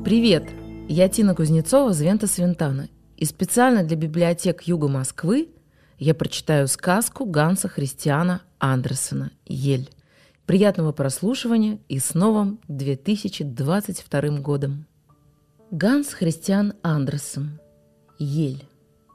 Привет! Я Тина Кузнецова, Звента Свентана. И специально для библиотек Юга Москвы я прочитаю сказку Ганса Христиана Андерсена «Ель». Приятного прослушивания и с новым 2022 годом! Ганс Христиан Андерсен «Ель».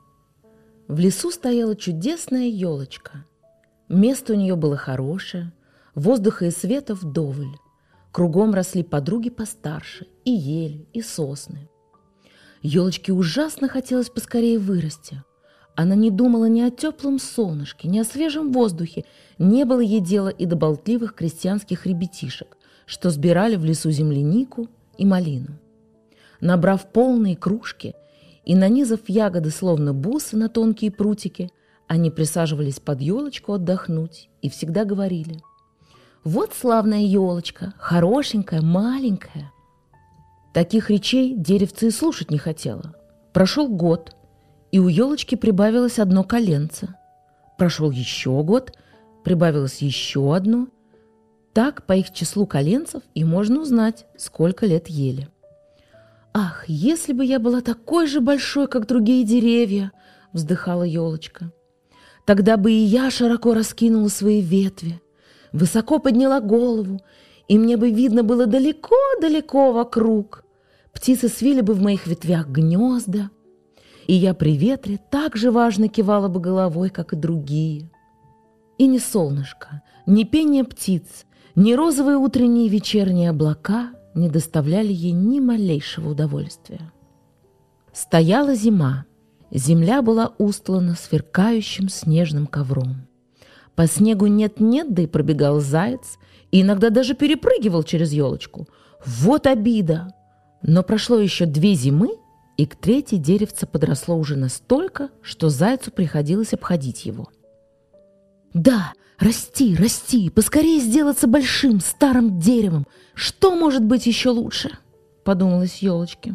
В лесу стояла чудесная елочка. Место у нее было хорошее, воздуха и света вдоволь. Кругом росли подруги постарше, и ели, и сосны. Елочке ужасно хотелось поскорее вырасти. Она не думала ни о теплом солнышке, ни о свежем воздухе. Не было ей дела и до болтливых крестьянских ребятишек, что сбирали в лесу землянику и малину. Набрав полные кружки и нанизав ягоды словно бусы на тонкие прутики, они присаживались под елочку отдохнуть и всегда говорили: «Вот славная елочка, хорошенькая, маленькая». Таких речей деревце и слушать не хотело. Прошел год, и у елочки прибавилось одно коленце. Прошел еще год, прибавилось еще одно. Так по их числу коленцев и можно узнать, сколько лет ели. «Ах, если бы я была такой же большой, как другие деревья!» — вздыхала елочка. «Тогда бы и я широко раскинула свои ветви, высоко подняла голову, и мне бы видно было далеко-далеко вокруг. Птицы свили бы в моих ветвях гнезда, и я при ветре так же важно кивала бы головой, как и другие». И ни солнышко, ни пение птиц, ни розовые утренние и вечерние облака не доставляли ей ни малейшего удовольствия. Стояла зима. Земля была устлана сверкающим снежным ковром. По снегу нет-нет, да и пробегал заяц, и иногда даже перепрыгивал через елочку. Вот обида! Но прошло еще 2 зимы, и к 3-й деревце подросло уже настолько, что зайцу приходилось обходить его. «Да, расти, расти, поскорее сделаться большим старым деревом. Что может быть еще лучше?» – подумалось елочке.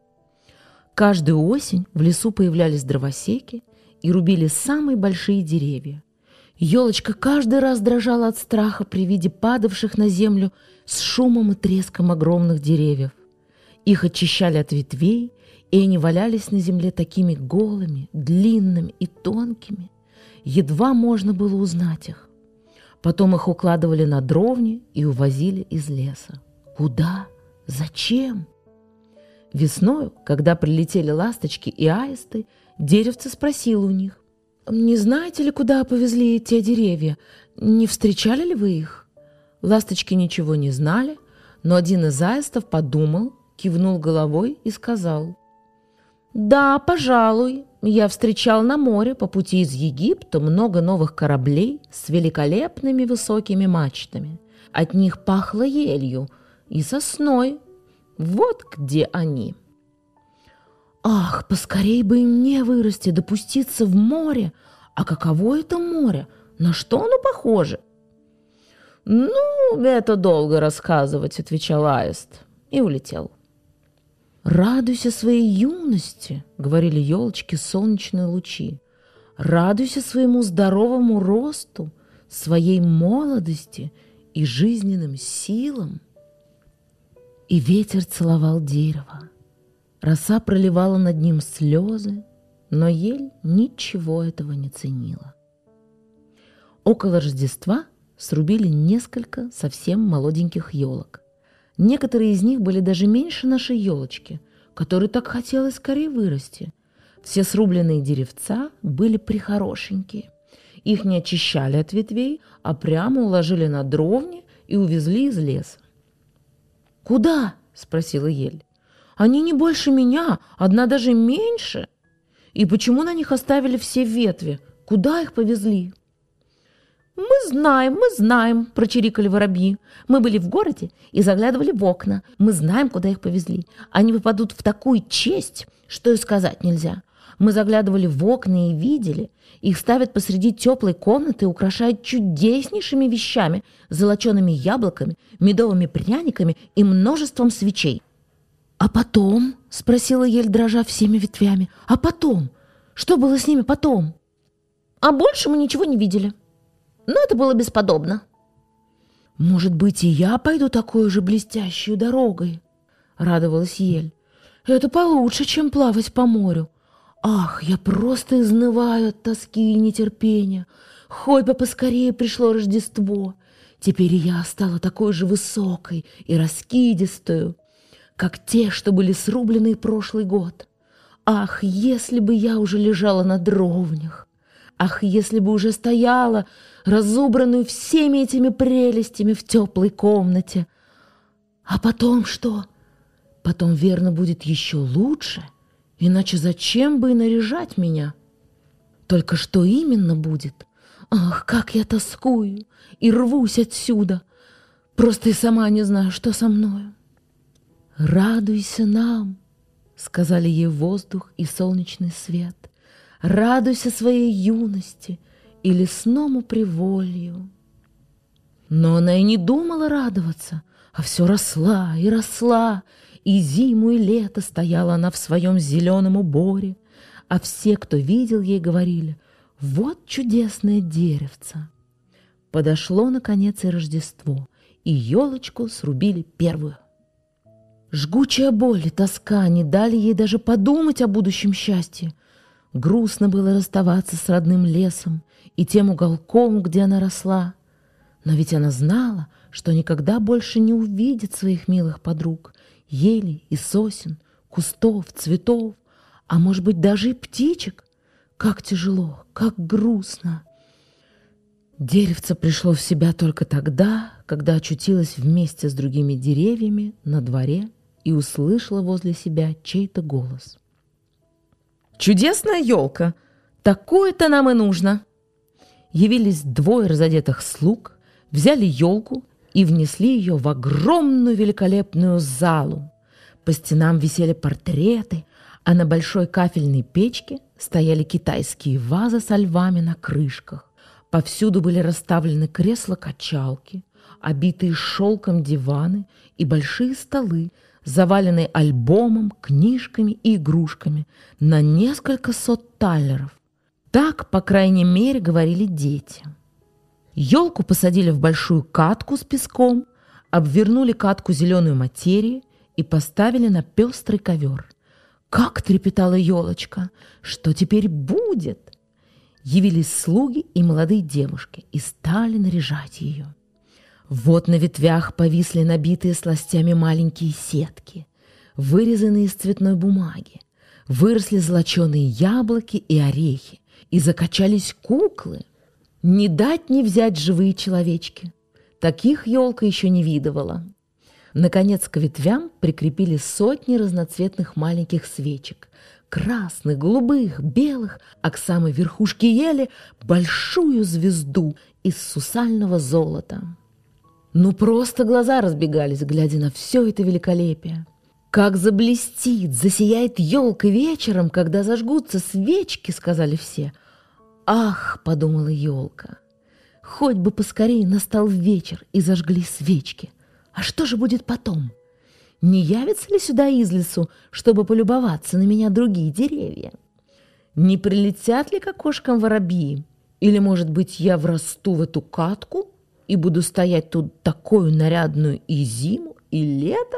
Каждую осень в лесу появлялись дровосеки и рубили самые большие деревья. Елочка каждый раз дрожала от страха при виде падавших на землю с шумом и треском огромных деревьев. Их очищали от ветвей, и они валялись на земле такими голыми, длинными и тонкими. Едва можно было узнать их. Потом их укладывали на дровни и увозили из леса. Куда? Зачем? Весною, когда прилетели ласточки и аисты, деревце спросило у них: «Не знаете ли, куда повезли те деревья? Не встречали ли вы их?» Ласточки ничего не знали, но один из аистов подумал, кивнул головой и сказал: «Да, пожалуй, я встречал на море по пути из Египта много новых кораблей с великолепными высокими мачтами. От них пахло елью и сосной. Вот где они». «Ах, поскорей бы и мне вырасти, допуститься в море! А каково это море? На что оно похоже?» «Ну, это долго рассказывать», — отвечал аист и улетел. «Радуйся своей юности», — говорили елочки солнечные лучи. «Радуйся своему здоровому росту, своей молодости и жизненным силам». И ветер целовал дерево. Роса проливала над ним слезы, но ель ничего этого не ценила. Около Рождества срубили несколько совсем молоденьких елок. Некоторые из них были даже меньше нашей елочки, которой так хотелось скорее вырасти. Все срубленные деревца были прихорошенькие. Их не очищали от ветвей, а прямо уложили на дровни и увезли из леса. «Куда?» – спросила ель. «Они не больше меня, одна даже меньше. И почему на них оставили все ветви? Куда их повезли?» Мы знаем», – прочирикали воробьи. «Мы были в городе и заглядывали в окна. Мы знаем, куда их повезли. Они попадут в такую честь, что и сказать нельзя. Мы заглядывали в окна и видели. Их ставят посреди теплой комнаты и украшают чудеснейшими вещами, золочеными яблоками, медовыми пряниками и множеством свечей». «А потом?» – спросила ель, дрожа всеми ветвями. «А потом? Что было с ними потом?» «А больше мы ничего не видели. Но это было бесподобно». «Может быть, и я пойду такой же блестящей дорогой?» — радовалась Ель. «Это получше, чем плавать по морю. Ах, я просто изнываю от тоски и нетерпения. Хоть бы поскорее пришло Рождество. Теперь я стала такой же высокой и раскидистою, как те, что были срублены прошлый год. Ах, если бы я уже лежала на дровнях! Ах, если бы уже стояла, разубранную всеми этими прелестями в теплой комнате! А потом что? Потом, верно, будет еще лучше, иначе зачем бы и наряжать меня? Только что именно будет? Ах, как я тоскую и рвусь отсюда! Просто и сама не знаю, что со мною. «Радуйся нам!» — сказали ей воздух и солнечный свет. «Радуйся своей юности и лесному приволью». Но она и не думала радоваться, а все росла и росла, и зиму, и лето стояла она в своем зеленом уборе, а все, кто видел, ей говорили: «Вот чудесное деревце». Подошло, наконец, и Рождество, и елочку срубили первую. Жгучая боль и тоска не дали ей даже подумать о будущем счастье. Грустно было расставаться с родным лесом и тем уголком, где она росла. Но ведь она знала, что никогда больше не увидит своих милых подруг, елей и сосен, кустов, цветов, а может быть даже и птичек. Как тяжело, как грустно. Деревце пришло в себя только тогда, когда очутилось вместе с другими деревьями на дворе и услышала возле себя чей-то голос. «Чудесная елка! Такую-то нам и нужно!» Явились двое разодетых слуг, взяли елку и внесли ее в огромную великолепную залу. По стенам висели портреты, а на большой кафельной печке стояли китайские вазы со львами на крышках. Повсюду были расставлены кресла-качалки, обитые шелком диваны и большие столы, заваленные альбомом, книжками и игрушками на несколько сот талеров. Так, по крайней мере, говорили дети. Елку посадили в большую катку с песком, обвернули катку зеленой материей и поставили на пестрый ковер. Как трепетала елочка! Что теперь будет? Явились слуги и молодые девушки и стали наряжать ее. Вот на ветвях повисли набитые сластями маленькие сетки, вырезанные из цветной бумаги. Выросли золоченые яблоки и орехи, и закачались куклы. Не дать не взять живые человечки. Таких елка еще не видывала. Наконец к ветвям прикрепили сотни разноцветных маленьких свечек. Красных, голубых, белых, а к самой верхушке ели большую звезду из сусального золота. Ну, просто глаза разбегались, глядя на все это великолепие. «Как заблестит, засияет елка вечером, когда зажгутся свечки», — сказали все. «Ах», — подумала елка, — «хоть бы поскорее настал вечер и зажгли свечки. А что же будет потом? Не явятся ли сюда из лесу, чтобы полюбоваться на меня другие деревья? Не прилетят ли к окошкам воробьи? Или, может быть, я врасту в эту катку и буду стоять тут такую нарядную и зиму, и лето?»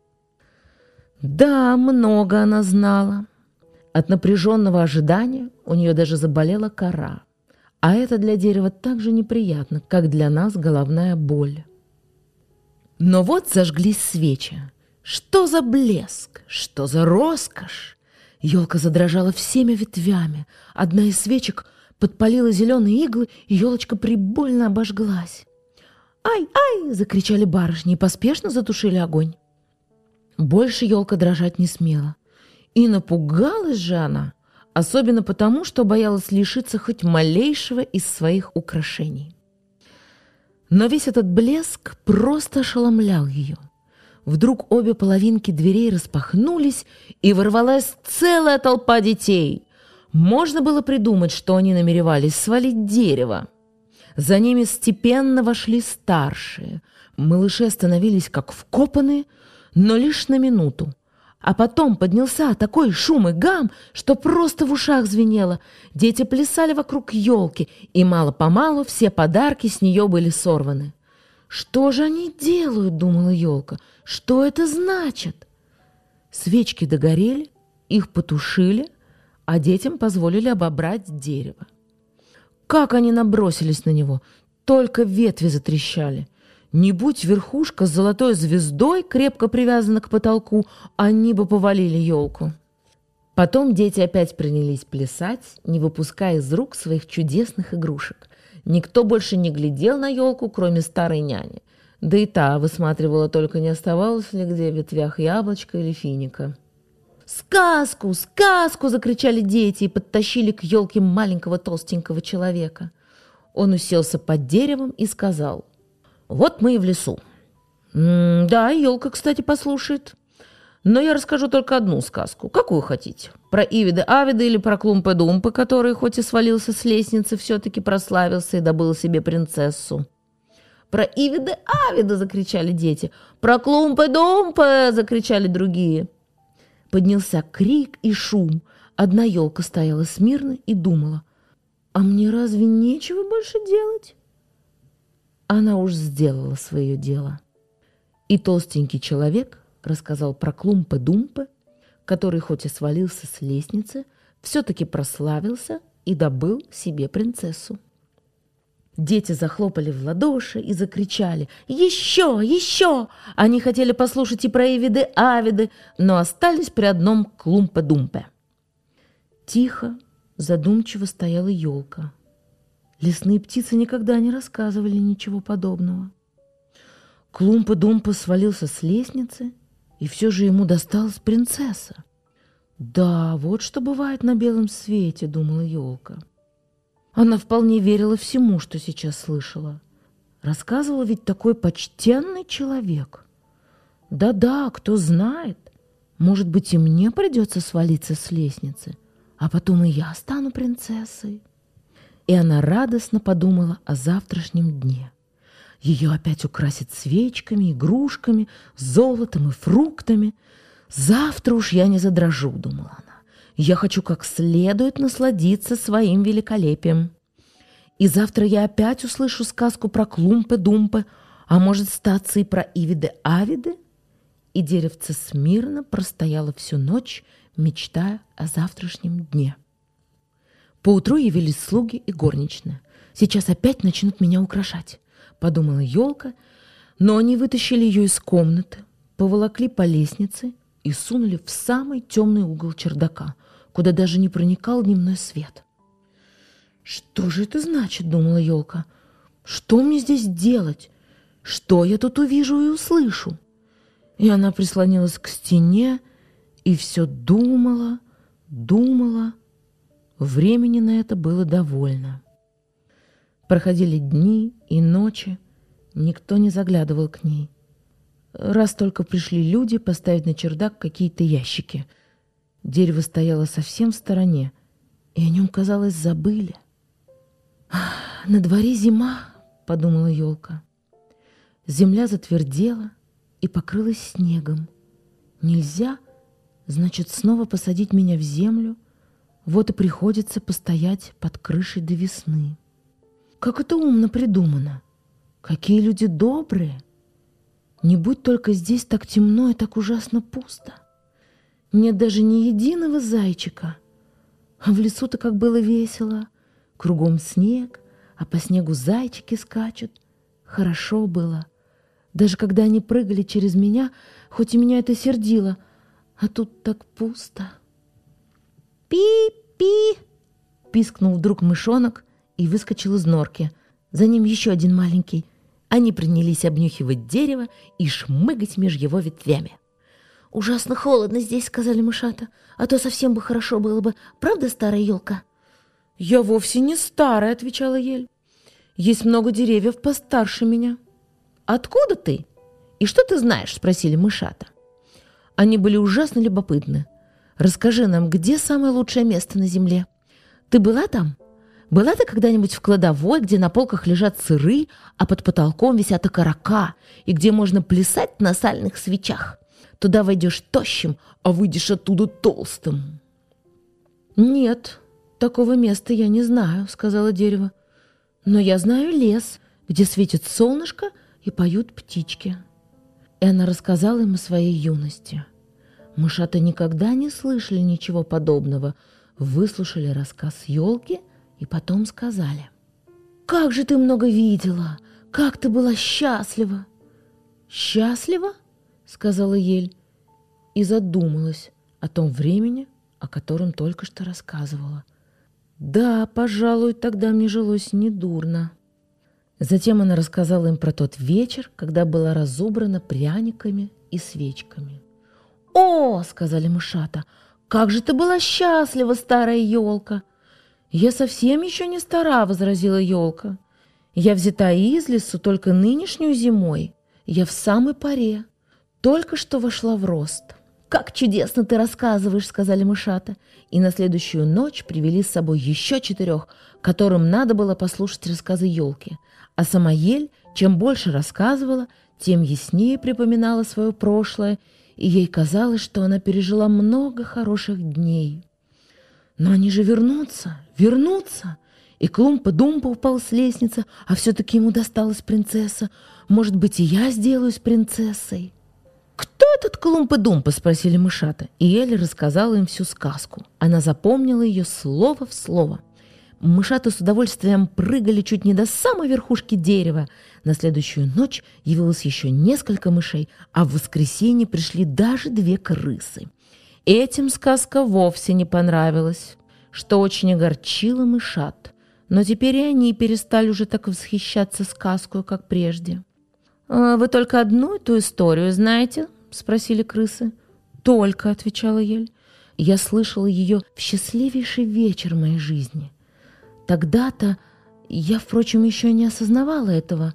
Да, много она знала. От напряженного ожидания у нее даже заболела кора. А это для дерева так же неприятно, как для нас головная боль. Но вот зажглись свечи. Что за блеск, что за роскошь! Елка задрожала всеми ветвями. Одна из свечек подпалила зеленые иглы, и елочка прибольно обожглась. «Ай, ай!» — закричали барышни и поспешно затушили огонь. Больше елка дрожать не смела. И напугалась же она, особенно потому, что боялась лишиться хоть малейшего из своих украшений. Но весь этот блеск просто ошеломлял ее. Вдруг обе половинки дверей распахнулись, и ворвалась целая толпа детей. Можно было придумать, что они намеревались свалить дерево. За ними степенно вошли старшие. Малыши остановились как вкопанные, но лишь на минуту. А потом поднялся такой шум и гам, что просто в ушах звенело. Дети плясали вокруг елки, и мало-помалу все подарки с нее были сорваны. «Что же они делают?» — думала елка. «Что это значит?» Свечки догорели, их потушили, а детям позволили обобрать дерево. Как они набросились на него, только ветви затрещали. Не будь верхушка с золотой звездой крепко привязана к потолку, они бы повалили елку. Потом дети опять принялись плясать, не выпуская из рук своих чудесных игрушек. Никто больше не глядел на елку, кроме старой няни. Да и та высматривала, только не оставалось ли где в ветвях яблочка или финика. «Сказку! Сказку!» – закричали дети и подтащили к елке маленького толстенького человека. Он уселся под деревом и сказал: «Вот мы и в лесу. Да, елка, кстати, послушает. Но я расскажу только одну сказку. Какую хотите? Про Ивида-Авида или про Клумпы-Думпы, который, хоть и свалился с лестницы, все-таки прославился и добыл себе принцессу?» «Про Ивида-Авида!» – закричали дети. «Про Клумпы-Думпы!» – закричали другие. Поднялся крик и шум. Одна елка стояла смирно и думала: «А мне разве нечего больше делать?» Она уж сделала свое дело. И толстенький человек рассказал про Клумпы-Думпы, который, хоть и свалился с лестницы, все-таки прославился и добыл себе принцессу. Дети захлопали в ладоши и закричали: «Еще! Еще!» Они хотели послушать и про Ивиды-Авиды, но остались при одном Клумпе-Думпе. Тихо, задумчиво стояла елка. Лесные птицы никогда не рассказывали ничего подобного. Клумпа-Думпа свалился с лестницы, и все же ему досталась принцесса. «Да, вот что бывает на белом свете», — думала елка. Она вполне верила всему, что сейчас слышала. Рассказывал ведь такой почтенный человек. Да-да, кто знает, может быть, и мне придется свалиться с лестницы, а потом и я стану принцессой. И она радостно подумала о завтрашнем дне. Ее опять украсят свечками, игрушками, золотом и фруктами. «Завтра уж я не задрожу», — думала она. «Я хочу как следует насладиться своим великолепием. И завтра я опять услышу сказку про Клумпы-Думпы, а может, статься и про Ивиды-Авиды». И деревце смирно простояло всю ночь, мечтая о завтрашнем дне. Поутру явились слуги и горничная. «Сейчас опять начнут меня украшать», — подумала елка, но они вытащили ее из комнаты, поволокли по лестнице и сунули в самый темный угол чердака, куда даже не проникал дневной свет. «Что же это значит?» — думала елка. «Что мне здесь делать? Что я тут увижу и услышу?» И она прислонилась к стене и все думала, думала. Времени на это было довольно. Проходили дни и ночи, никто не заглядывал к ней. Раз только пришли люди поставить на чердак какие-то ящики. Дерево стояло совсем в стороне, и о нем, казалось, забыли. «На дворе зима», — подумала елка. Земля затвердела и покрылась снегом. Нельзя, значит, снова посадить меня в землю. Вот и приходится постоять под крышей до весны. Как это умно придумано! Какие люди добрые! Не будь только здесь так темно и так ужасно пусто. Нет даже ни единого зайчика. А в лесу-то как было весело. Кругом снег, а по снегу зайчики скачут. Хорошо было. Даже когда они прыгали через меня, хоть и меня это сердило, а тут так пусто. «Пи-пи!» — пискнул вдруг мышонок и выскочил из норки. За ним еще один маленький. Они принялись обнюхивать дерево и шмыгать меж его ветвями. «Ужасно холодно здесь», — сказали мышата, «а то совсем бы хорошо было бы. Правда, старая елка?» «Я вовсе не старая», — отвечала ель. «Есть много деревьев постарше меня». «Откуда ты? И что ты знаешь?» — спросили мышата. Они были ужасно любопытны. «Расскажи нам, где самое лучшее место на земле? Ты была там? Была ты когда-нибудь в кладовой, где на полках лежат сыры, а под потолком висят окорока, и где можно плясать на сальных свечах? Туда войдешь тощим, а выйдешь оттуда толстым». «Нет, такого места я не знаю», — сказала дерево. «Но я знаю лес, где светит солнышко и поют птички». И она рассказала им о своей юности. Мышата никогда не слышали ничего подобного, выслушали рассказ елки и потом сказали: «Как же ты много видела! Как ты была счастлива!» «Счастлива?» — сказала ель и задумалась о том времени, о котором только что рассказывала. «Да, пожалуй, тогда мне жилось недурно». Затем она рассказала им про тот вечер, когда была разубрана пряниками и свечками. «О, — сказали мышата, — как же ты была счастлива, старая елка!» «Я совсем еще не стара, — возразила елка. Я взята из лесу только нынешнюю зимой. Я в самой поре, только что вошла в рост». «Как чудесно ты рассказываешь, — сказали мышата, и на следующую ночь привели с собой еще 4, которым надо было послушать рассказы елки. А сама ель, чем больше рассказывала, тем яснее припоминала свое прошлое, и ей казалось, что она пережила много хороших дней. «Но они же вернутся, вернутся!» И Клумпа-Думпа упал с лестницы, а все-таки ему досталась принцесса. «Может быть, и я сделаюсь принцессой?» «Кто этот Клумпа-Думпа?» — спросили мышата, и Ель рассказала им всю сказку. Она запомнила ее слово в слово. Мышата с удовольствием прыгали чуть не до самой верхушки дерева. На следующую ночь явилось еще несколько мышей, а в воскресенье пришли даже 2 крысы. Этим сказка вовсе не понравилась, что очень огорчило мышат. Но теперь и они перестали уже так восхищаться сказкой, как прежде. «Вы только одну эту историю знаете?» — спросили крысы. «Только», — отвечала ель. «Я слышала ее в счастливейший вечер моей жизни. Тогда-то я, впрочем, еще не осознавала этого.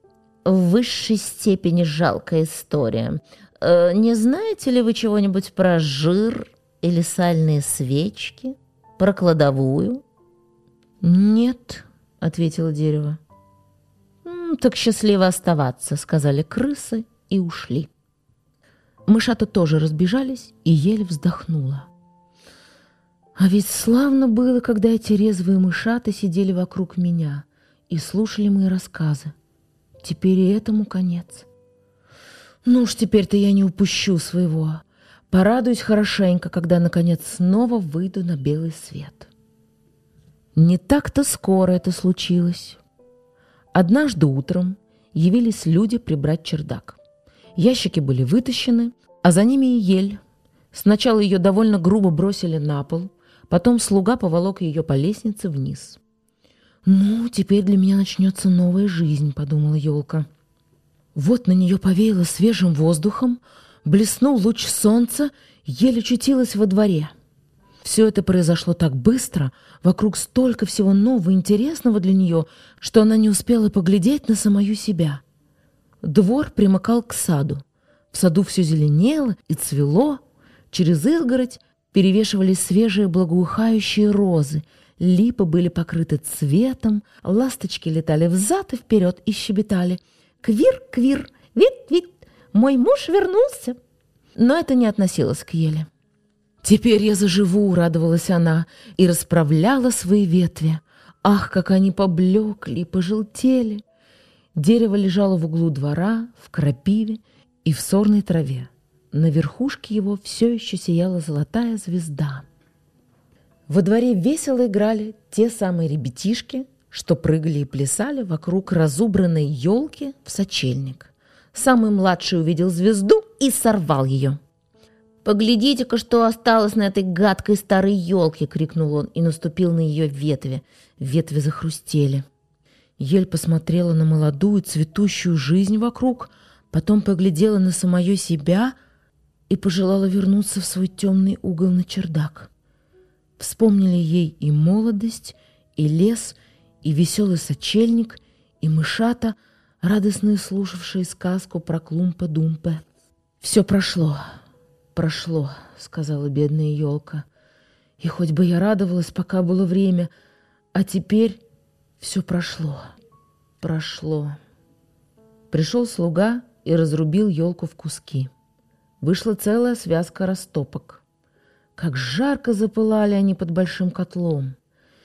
В высшей степени жалкая история. Не знаете ли вы чего-нибудь про жир или сальные свечки? Про кладовую?» «Нет», — ответило дерево. «Так счастливо оставаться», — сказали крысы и ушли. Мышата тоже разбежались, и еле вздохнула. «А ведь славно было, когда эти резвые мышата сидели вокруг меня и слушали мои рассказы. Теперь и этому конец. Ну уж теперь-то я не упущу своего. Порадуюсь хорошенько, когда, наконец, снова выйду на белый свет». Не так-то скоро это случилось. Однажды утром явились люди прибрать чердак. Ящики были вытащены, а за ними и ель. Сначала ее довольно грубо бросили на пол, потом слуга поволок ее по лестнице вниз. «Ну, теперь для меня начнется новая жизнь», — подумала елка. Вот на нее повеяло свежим воздухом, блеснул луч солнца, еле очутилась во дворе. Все это произошло так быстро, вокруг столько всего нового и интересного для нее, что она не успела поглядеть на самую себя. Двор примыкал к саду. В саду все зеленело и цвело. Через изгородь перевешивались свежие благоухающие розы. Липы были покрыты цветом, ласточки летали взад и вперед и щебетали: «Квир-квир, вит-вит, мой муж вернулся!» Но это не относилось к еле. «Теперь я заживу», — радовалась она, и расправляла свои ветви. Ах, как они поблекли и пожелтели! Дерево лежало в углу двора, в крапиве и в сорной траве. На верхушке его все еще сияла золотая звезда. Во дворе весело играли те самые ребятишки, что прыгали и плясали вокруг разубранной елки в сочельник. Самый младший увидел звезду и сорвал ее. «Поглядите-ка, что осталось на этой гадкой старой елке!» — крикнул он и наступил на ее ветви. Ветви захрустели. Ель посмотрела на молодую цветущую жизнь вокруг, потом поглядела на самое себя и пожелала вернуться в свой темный угол на чердак. Вспомнили ей и молодость, и лес, и веселый сочельник, и мышата, радостно слушавшие сказку про Клумпа-Думпе. «Все прошло, прошло», — сказала бедная елка. «И хоть бы я радовалась, пока было время, а теперь все прошло, прошло». Пришел слуга и разрубил елку в куски. Вышла целая связка растопок. Как жарко запылали они под большим котлом.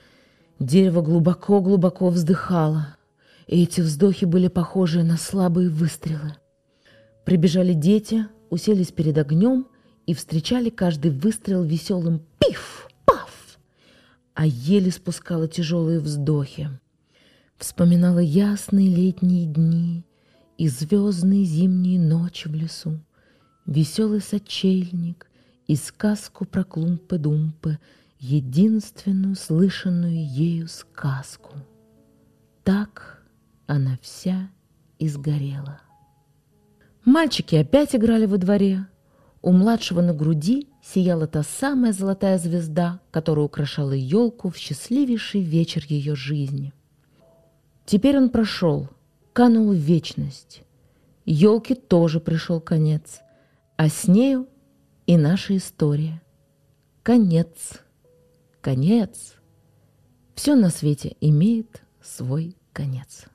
Дерево глубоко-глубоко вздыхало, и эти вздохи были похожи на слабые выстрелы. Прибежали дети, уселись перед огнем и встречали каждый выстрел веселым пиф-паф, а ель испускала тяжелые вздохи. Вспоминала ясные летние дни и звездные зимние ночи в лесу, веселый сочельник и сказку про Клумпы-Думпы, единственную слышанную ею сказку. Так она вся и сгорела. Мальчики опять играли во дворе. У младшего на груди сияла та самая золотая звезда, которая украшала елку в счастливейший вечер ее жизни. Теперь он прошел, канул в вечность. Елке тоже пришел конец, а с нею и наша история. Конец, конец. Все на свете имеет свой конец.